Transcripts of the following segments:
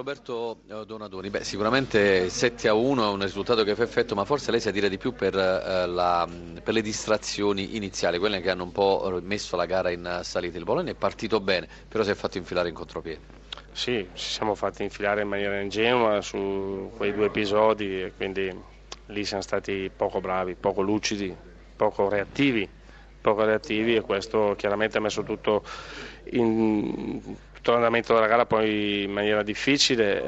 Roberto Donadoni, sicuramente 7-1 è un risultato che fa effetto, ma forse lei sa dire di più per le distrazioni iniziali, quelle che hanno un po' messo la gara in salita. Il Bologna è partito bene, però si è fatto infilare in contropiede. Sì, ci siamo fatti infilare in maniera ingenua su quei due episodi e quindi lì siamo stati poco bravi, poco lucidi, poco reattivi e questo chiaramente ha messo tutto l'andamento della gara poi in maniera difficile.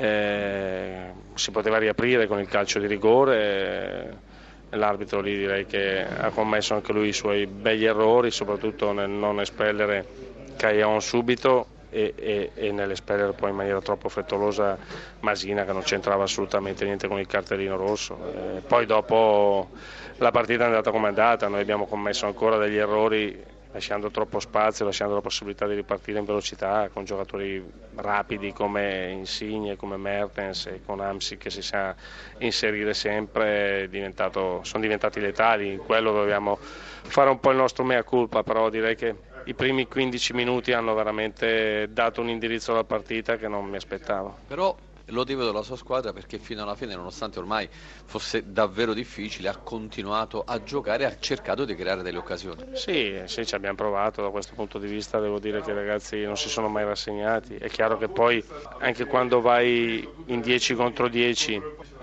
Si poteva riaprire con il calcio di rigore. L'arbitro lì direi che ha commesso anche lui i suoi begli errori, soprattutto nel non espellere Caion subito e nell'espellere poi in maniera troppo frettolosa Masina, che non c'entrava assolutamente niente con il cartellino rosso. Poi dopo la partita è andata come è andata, noi abbiamo commesso ancora degli errori lasciando troppo spazio, lasciando la possibilità di ripartire in velocità con giocatori rapidi come Insigne, come Mertens e con Amsi che si sa inserire sempre, sono diventati letali. In quello dobbiamo fare un po' il nostro mea culpa, però direi che i primi 15 minuti hanno veramente dato un indirizzo alla partita che non mi aspettavo. Però lodevole della sua squadra perché fino alla fine, nonostante ormai fosse davvero difficile, ha continuato a giocare e ha cercato di creare delle occasioni. Sì, ci abbiamo provato, da questo punto di vista devo dire che i ragazzi non si sono mai rassegnati. È chiaro che poi anche quando vai in 10 contro 10,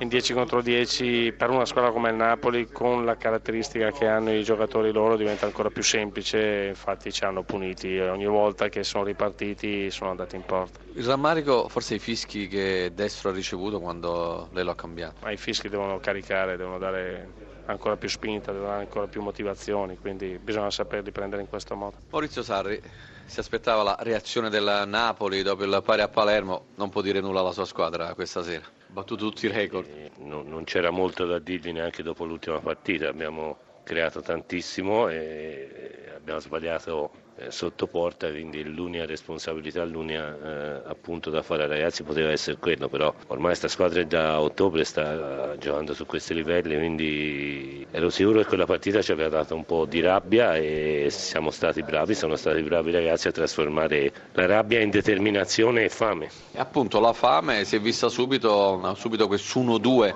per una squadra come il Napoli, con la caratteristica che hanno i giocatori loro, diventa ancora più semplice, infatti ci hanno puniti e ogni volta che sono ripartiti sono andati in porta. Il rammarico, forse i fischi che Destro ha ricevuto quando lei lo ha cambiato. Ma i fischi devono caricare, devono dare ancora più spinta, devono dare ancora più motivazioni, quindi bisogna saperli prendere in questo modo. Maurizio Sarri si aspettava la reazione del Napoli dopo il pari a Palermo, non può dire nulla alla sua squadra questa sera, ha battuto tutti i record. Non c'era molto da dirgli neanche dopo l'ultima partita, abbiamo creato tantissimo e abbiamo sbagliato sotto porta, quindi l'unica responsabilità, appunto da fare ai ragazzi poteva essere quello, però ormai questa squadra da ottobre sta giocando su questi livelli, quindi ero sicuro che quella partita ci aveva dato un po' di rabbia e sono stati bravi i ragazzi a trasformare la rabbia in determinazione e fame. E appunto la fame si è vista subito questo 1-2,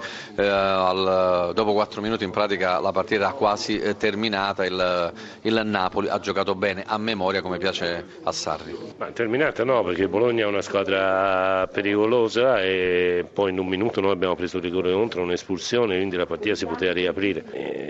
dopo 4 minuti in pratica la partita era quasi terminata, il Napoli ha giocato bene a memoria come piace a Sarri. Ma terminata no, perché il Bologna è una squadra pericolosa e poi in un minuto noi abbiamo preso il rigore contro, un'espulsione, quindi la partita si poteva riaprire.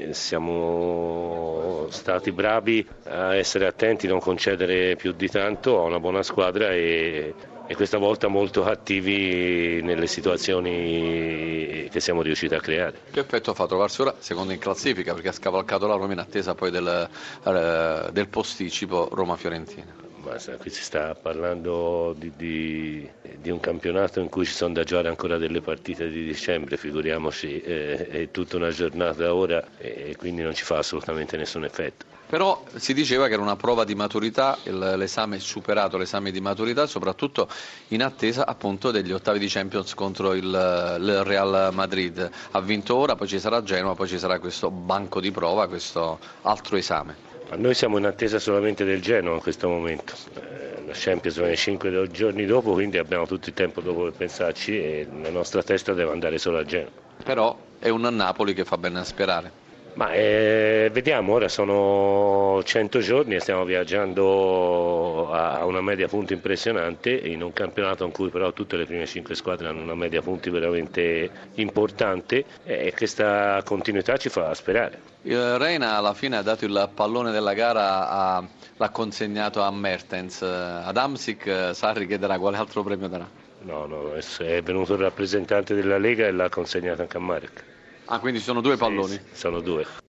Siamo stati bravi a essere attenti, non concedere più di tanto a una buona squadra e questa volta molto attivi nelle situazioni che siamo riusciti a creare. Che effetto ha fatto? Trovarsi ora secondo in classifica perché ha scavalcato la Roma in attesa poi del posticipo Roma-Fiorentina. Qui si sta parlando di un campionato in cui ci sono da giocare ancora delle partite di dicembre, figuriamoci, è tutta una giornata ora e quindi non ci fa assolutamente nessun effetto. Però si diceva che era una prova di maturità, l'esame è superato, l'esame di maturità, soprattutto in attesa appunto degli ottavi di Champions contro il Real Madrid. Ha vinto ora, poi ci sarà Genova, poi ci sarà questo banco di prova, questo altro esame. Ma noi siamo in attesa solamente del Genoa in questo momento. La Champions viene 5 giorni dopo, quindi abbiamo tutto il tempo dopo per pensarci e la nostra testa deve andare solo a Genova. Però è un Napoli che fa bene sperare. Ma vediamo, ora sono 100 giorni e stiamo viaggiando a una media punti impressionante in un campionato in cui però tutte le prime 5 squadre hanno una media punti veramente importante e questa continuità ci fa sperare. Il Reina alla fine ha dato il pallone della gara, l'ha consegnato a Mertens, ad Amsic. Sarri chiederà quale altro premio darà? No, è venuto il rappresentante della Lega e l'ha consegnato anche a Marek. Ah, quindi sono due palloni? Sì, sono due.